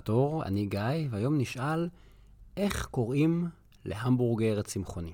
רגולטור, אני גיא, והיום נשאל איך קוראים להמבורגר צמחוני.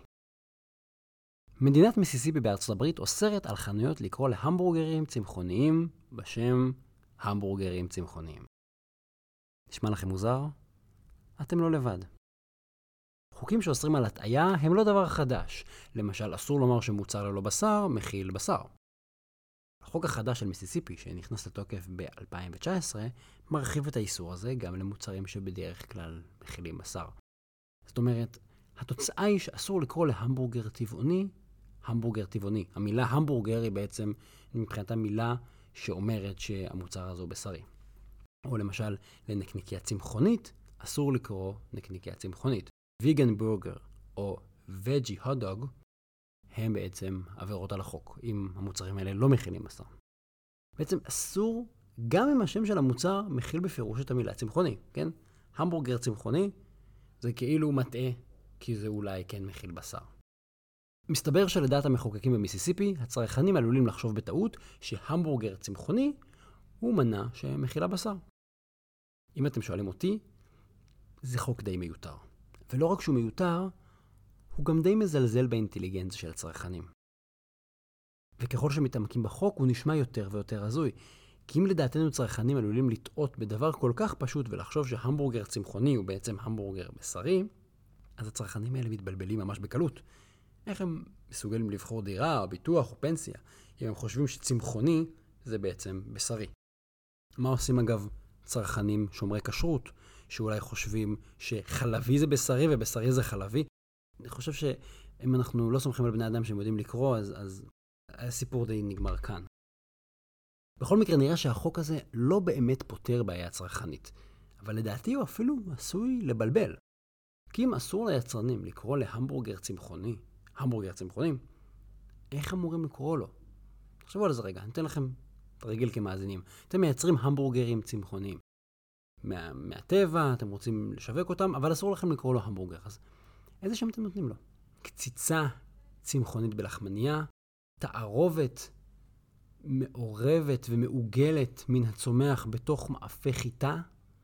מדינת מיסיסיפי בארצות הברית אוסרת על חנויות לקרוא להמבורגרים צמחוניים בשם המבורגרים צמחוניים. נשמע לכם מוזר? אתם לא לבד. חוקים שאוסרים על הטעיה הם לא דבר חדש. למשל, אסור לומר שמוצר ללא בשר מכיל בשר. החוק החדש של מיסיסיפי, שנכנס לתוקף ב-2019, מרחיב את האיסור הזה גם למוצרים שבדרך כלל מכילים בשר. זאת אומרת, התוצאה היא שאסור לקרוא להמבורגר טבעוני, המבורגר טבעוני. המילה המבורגר היא בעצם מבחינתה מילה שאומרת שהמוצר הזה הוא בשרי. או למשל, לנקניקיה צמחונית, אסור לקרוא נקניקיה צמחונית. ויגן בורגר או וג'י הוטדוג הם בעצם עבירות על החוק, אם המוצרים האלה לא מכילים בשר. בעצם אסור, גם אם השם של המוצר מכיל בפירוש את המילה צמחוני, כן? המבורגר צמחוני זה כאילו מטעה, כי זה אולי כן מכיל בשר. מסתבר שלדעת המחוקקים במיסיסיפי, הצרכנים עלולים לחשוב בטעות שהמבורגר צמחוני הוא מנה שמכילה בשר. אם אתם שואלים אותי, זה חוק די מיותר. ולא רק שהוא מיותר, הוא גם די מזלזל באינטליגנציה של הצרכנים. וככל שמתעמקים בחוק, הוא נשמע יותר ויותר הזוי. כי אם לדעתנו צרכנים עלולים לטעות בדבר כל כך פשוט ולחשוב שהמבורגר צמחוני הוא בעצם המבורגר בשרי, אז הצרכנים האלה מתבלבלים ממש בקלות. איך הם מסוגלים לבחור דירה או ביטוח או פנסיה, אם הם חושבים שצמחוני זה בעצם בשרי? מה עושים אגב צרכנים שומרי כשרות, שאולי חושבים שחלבי זה בשרי ובשרי זה חלבי? אני חושב שאם אנחנו לא סומכים על בני אדם שהם יודעים לקרוא, אז הסיפור די נגמר כאן. בכל מקרה נראה שהחוק הזה לא באמת פותר בעיה צרכנית, אבל לדעתי הוא אפילו עשוי לבלבל. כי אם אסור ליצרנים לקרוא להמבורגר צמחוני, המבורגר צמחונים, איך אמורים לקרוא לו? תחשבו על זה רגע, אני אתן לכם תרגיל כמאזינים. אתם מייצרים המבורגרים צמחוניים. מהטבע, אתם רוצים לשווק אותם, אבל אסור לכם לקרוא לו המבורגר. אז איזה שם אתם נותנים לו? קציצה צמחונית בלחמניה, תערובת מעורבת ומעוגלת מן הצומח בתוך מאפה חיטה?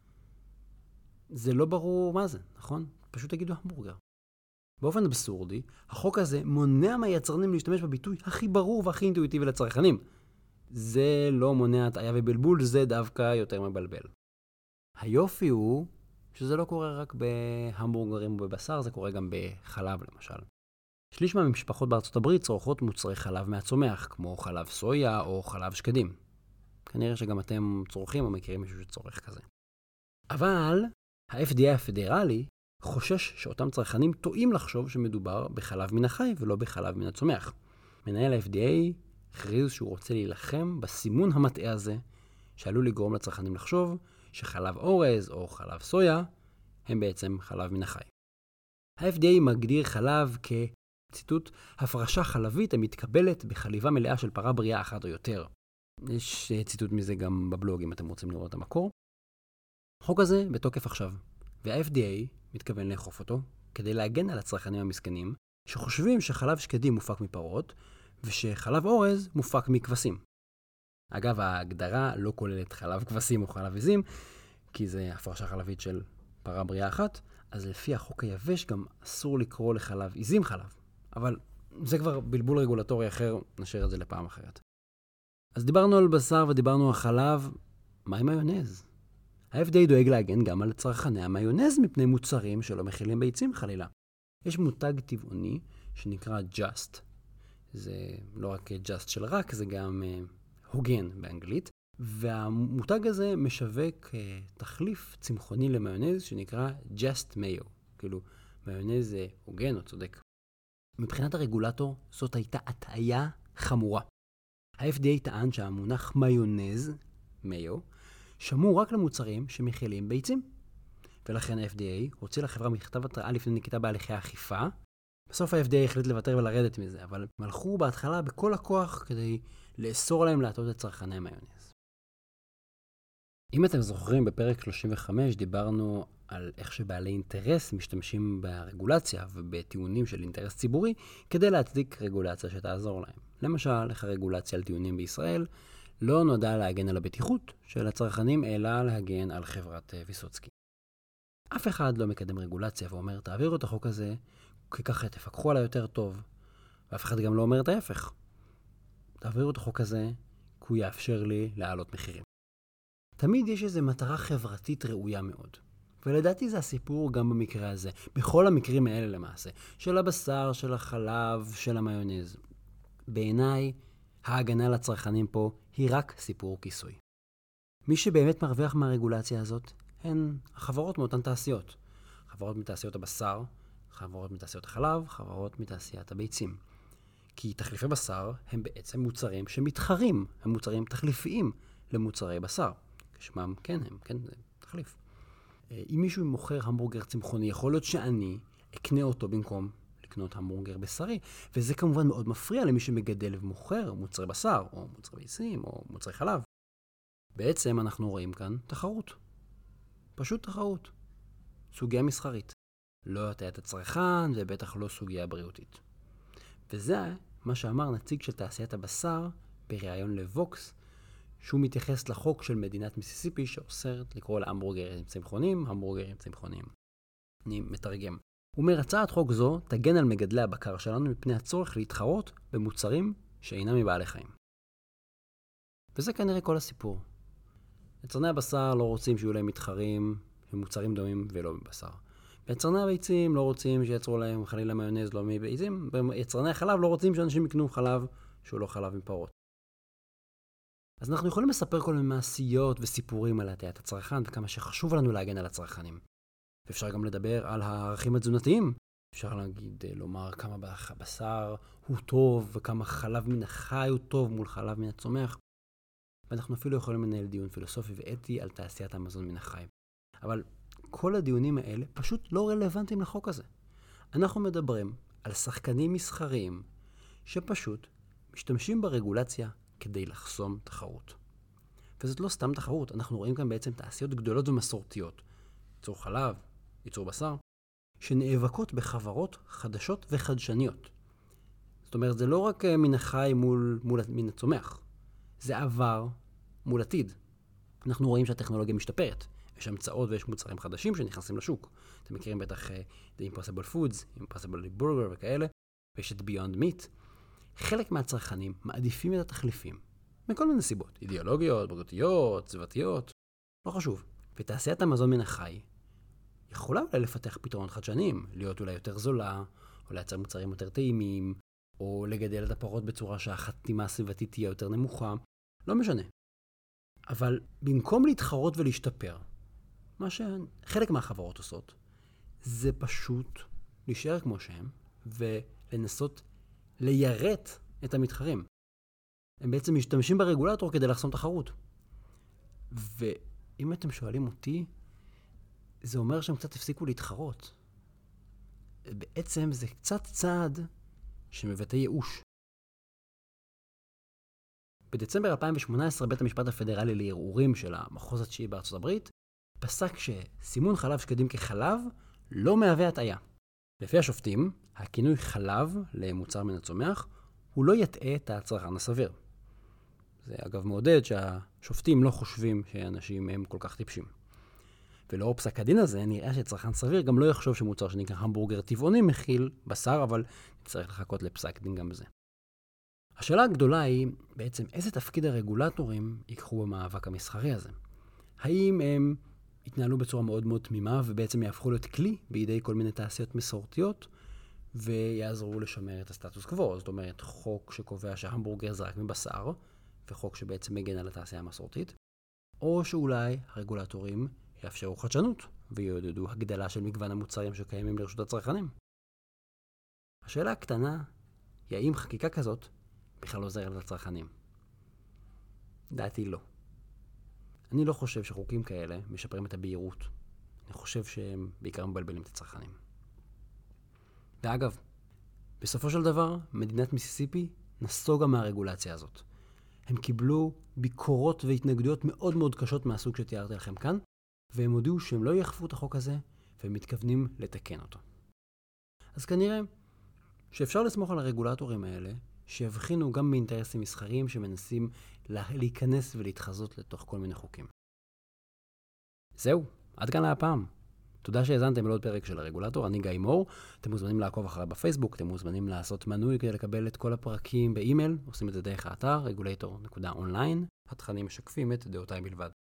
זה לא ברור מה זה, נכון? פשוט תגידו המבורגר. באופן אבסורדי, החוק הזה מונע מהיצרנים להשתמש בביטוי הכי ברור והכי אינטואיטיבי לצרכנים. זה לא מונע הטעיה ובלבול, זה דווקא יותר מבלבל. היופי הוא שזה לא קורה רק בהמבורגרים ובבשר, זה קורה גם בחלב למשל. שליש מהמשפחות בארצות הברית צורכות מוצרי חלב מהצומח, כמו חלב סויה או חלב שקדים. כנראה שגם אתם צורכים או מכירים מישהו שצורך כזה. אבל ה-FDA הפדרלי חושש שאותם צרכנים טועים לחשוב שמדובר בחלב מן החי ולא בחלב מן הצומח. מנהל ה-FDA הכריז שהוא רוצה להילחם בסימון המטעה הזה, שעלול לגרום לצרכנים לחשוב שחלב אורז או חלב סויה הם בעצם חלב מן החי. ה-FDA מגדיר חלב כציטוט, הפרשה חלבית המתקבלת בחליבה מלאה של פרה בריאה אחת או יותר. יש ציטוט מזה גם בבלוג אם אתם רוצים לראות את המקור. החוק הזה בתוקף עכשיו, וה-FDA מתכוון לאכוף אותו כדי להגן על הצרכנים המסכנים שחושבים שחלב שקדים מופק מפרות ושחלב אורז מופק מכבשים. אגב, ההגדרה לא כוללת חלב כבשים או חלב עזים, כי זה הפרשה חלבית של פרה בריאה אחת, אז לפי החוק היבש גם אסור לקרוא לחלב עזים חלב. אבל זה כבר בלבול רגולטורי אחר, נשאר את זה לפעם אחרת. אז דיברנו על בשר ודיברנו על חלב, מה עם מיונז? ה-FDA דואג להגן גם על צרכני המיונז מפני מוצרים שלא מכילים ביצים חלילה. יש מותג טבעוני שנקרא Just. זה לא רק Just של רק, זה גם הוגן באנגלית. והמותג הזה משווק תחליף צמחוני למיונז שנקרא Just Mayo. כאילו, מיונז זה הוגן או צודק. מבחינת הרגולטור, זאת הייתה הטעיה חמורה. ה-FDA טען שהמונח מיונז, Mayo, שמור רק למוצרים שמכילים ביצים. ולכן ה-FDA הוציא לחברה מכתב התראה לפני נקיטה בהליכי האכיפה. בסוף ה-FDA החליט לוותר ולרדת מזה, אבל הם הלכו בהתחלה בכל הכוח כדי לאסור עליהם להטעות את צרכני המיונז. אם אתם זוכרים, בפרק 35 דיברנו על איך שבעלי אינטרס משתמשים ברגולציה ובטיעונים של אינטרס ציבורי כדי להצדיק רגולציה שתעזור להם. למשל, איך הרגולציה על טיעונים בישראל לא נועדה להגן על הבטיחות של הצרכנים, אלא להגן על חברת ויסוצקי. אף אחד לא מקדם רגולציה ואומר, תעבירו את החוק הזה, כי ככה תפקחו עליי יותר טוב. ואף אחד גם לא אומר את ההפך. תעבירו את החוק הזה, כי הוא יאפשר לי להעלות מחירים. תמיד יש איזו מטרה חברתית ראויה מאוד. ולדעתי זה הסיפור גם במקרה הזה. בכל המקרים האלה למעשה. של הבשר, של החלב, של המיונז. בעיניי, ההגנה לצרכנים פה היא רק סיפור כיסוי. מי שבאמת מרוויח מהרגולציה הזאת הן החברות מאותן תעשיות. חברות מתעשיות הבשר, חברות מתעשיות החלב, חברות מתעשיית הביצים. כי תחליפי בשר הם בעצם מוצרים שמתחרים, הם מוצרים תחליפיים למוצרי בשר. כשמם כן הם, כן, זה תחליף. אם מישהו מוכר המבורגר צמחוני, יכול להיות שאני אקנה אותו במקום לקנות המבורגר בשרי, וזה כמובן מאוד מפריע למי שמגדל ומוכר מוצרי בשר, או מוצרי ביצים, או מוצרי חלב. בעצם אנחנו רואים כאן תחרות. פשוט תחרות. סוגיה מסחרית. לא הטעיית הצרכן, ובטח לא סוגיה בריאותית. וזה מה שאמר נציג של תעשיית הבשר בריאיון לווקס, שהוא מתייחס לחוק של מדינת מיסיסיפי שאוסרת לקרוא להמבורגרים צמחוניים, המבורגרים צמחוניים. אני מתרגם. הוא אומר, הצעת חוק זו תגן על מגדלי הבקר שלנו מפני הצורך להתחרות במוצרים שאינם מבעלי חיים. וזה כנראה כל הסיפור. יצרני הבשר לא רוצים שיהיו להם מתחרים במוצרים דומים ולא בבשר. ויצרני הביצים לא רוצים שיצרו להם חלילה מיונז לא מביצים, ויצרני החלב לא רוצים שאנשים יקנו חלב שהוא לא חלב מפרות. אז אנחנו יכולים לספר כל מיני מעשיות וסיפורים על הטעיית הצרכן וכמה שחשוב לנו להגן על הצרכנים. ואפשר גם לדבר על הערכים התזונתיים. אפשר לומר כמה בשר הוא טוב וכמה חלב מן החי הוא טוב מול חלב מן הצומח. ואנחנו אפילו יכולים לנהל דיון פילוסופי ואתי על תעשיית המזון מן החי. אבל כל הדיונים האלה פשוט לא רלוונטיים לחוק הזה. אנחנו מדברים על שחקנים מסחריים שפשוט משתמשים ברגולציה כדי לחסום תחרות. וזאת לא סתם תחרות, אנחנו רואים כאן בעצם תעשיות גדולות ומסורתיות, ייצור חלב, ייצור בשר, שנאבקות בחברות חדשות וחדשניות. זאת אומרת, זה לא רק מן החי מול מן הצומח, זה עבר מול עתיד. אנחנו רואים שהטכנולוגיה משתפרת, יש המצאות ויש מוצרים חדשים שנכנסים לשוק. אתם מכירים בטח The Impossible Foods, Impossible Burger וכאלה, ויש את Beyond Meat. חלק מהצרכנים מעדיפים את התחליפים, מכל מיני סיבות, אידיאולוגיות, בריאותיות, סביבתיות, לא חשוב. ותעשיית המזון מן החי יכולה אולי לפתח פתרונות חדשניים, להיות אולי יותר זולה, או לייצר מוצרים יותר טעימים, או לגדל את הפרות בצורה שהחתימה הסביבתית תהיה יותר נמוכה, לא משנה. אבל במקום להתחרות ולהשתפר, מה שחלק מהחברות עושות, זה פשוט להישאר כמו שהם, ולנסות ליירט את המתחרים. הם בעצם משתמשים ברגולטור כדי לחסום תחרות. ואם אתם שואלים אותי, זה אומר שהם קצת הפסיקו להתחרות. בעצם זה קצת צעד שמבטא ייאוש. בדצמבר 2018 בית המשפט הפדרלי לערעורים של המחוז התשיעי בארצות הברית פסק שסימון חלב שקדים כחלב לא מהווה הטעיה. לפי השופטים, הכינוי חלב למוצר מן הצומח הוא לא יטעה את הצרכן הסביר. זה אגב מעודד שהשופטים לא חושבים שאנשים הם כל כך טיפשים. ולאור פסק הדין הזה נראה שצרכן סביר גם לא יחשוב שמוצר שנקרא המבורגר טבעוני מכיל בשר, אבל צריך לחכות לפסק דין גם בזה. השאלה הגדולה היא בעצם איזה תפקיד הרגולטורים ייקחו במאבק המסחרי הזה. האם הם יתנהלו בצורה מאוד מאוד תמימה ובעצם יהפכו להיות כלי בידי כל מיני תעשיות מסורתיות ויעזרו לשמר את הסטטוס קוו. זאת אומרת, חוק שקובע שההמבורגר זה רק מבשר וחוק שבעצם מגן על התעשייה המסורתית, או שאולי הרגולטורים יאפשרו חדשנות ויעודדו הגדלה של מגוון המוצרים שקיימים לרשות הצרכנים. השאלה הקטנה היא האם חקיקה כזאת בכלל עוזרת לצרכנים. דעתי לא. אני לא חושב שחוקים כאלה משפרים את הבהירות. אני חושב שהם בעיקר מבלבלים את הצרכנים. ואגב, בסופו של דבר, מדינת מיסיסיפי נסוגה מהרגולציה הזאת. הם קיבלו ביקורות והתנגדויות מאוד מאוד קשות מהסוג שתיארתי לכם כאן, והם הודיעו שהם לא יאכפו את החוק הזה, והם מתכוונים לתקן אותו. אז כנראה שאפשר לסמוך על הרגולטורים האלה, שיבחינו גם באינטרסים מסחריים שמנסים להיכנס ולהתחזות לתוך כל מיני חוקים. זהו, עד כאן להפעם. תודה שהאזנתם לעוד פרק של הרגולטור, אני גיא מור. אתם מוזמנים לעקוב אחריי בפייסבוק, אתם מוזמנים לעשות מנוי כדי לקבל את כל הפרקים באימייל, עושים את זה דרך האתר, regulator.online. התכנים משקפים את דעותיי בלבד.